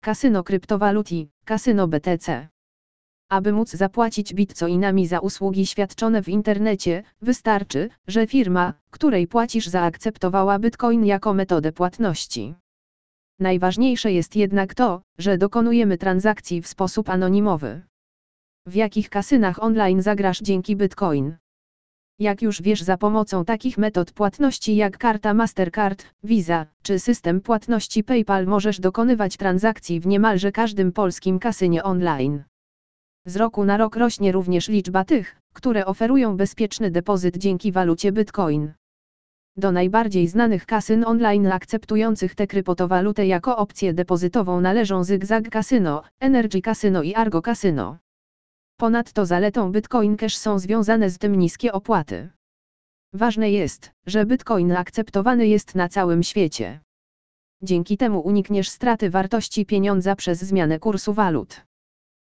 kasyno kryptowalut i kasyno BTC. Aby móc zapłacić bitcoinami za usługi świadczone w internecie, wystarczy, że firma, której płacisz, zaakceptowała bitcoin jako metodę płatności. Najważniejsze jest jednak to, że dokonujemy transakcji w sposób anonimowy. W jakich kasynach online zagrasz dzięki bitcoin? Jak już wiesz, za pomocą takich metod płatności jak karta Mastercard, Visa, czy system płatności PayPal możesz dokonywać transakcji w niemalże każdym polskim kasynie online. Z roku na rok rośnie również liczba tych, które oferują bezpieczny depozyt dzięki walucie bitcoin. Do najbardziej znanych kasyn online akceptujących tę kryptowalutę jako opcję depozytową należą Zigzag Casino, Energy Casino i Argo Casino. Ponadto zaletą Bitcoin Cash są związane z tym niskie opłaty. Ważne jest, że Bitcoin akceptowany jest na całym świecie. Dzięki temu unikniesz straty wartości pieniądza przez zmianę kursu walut.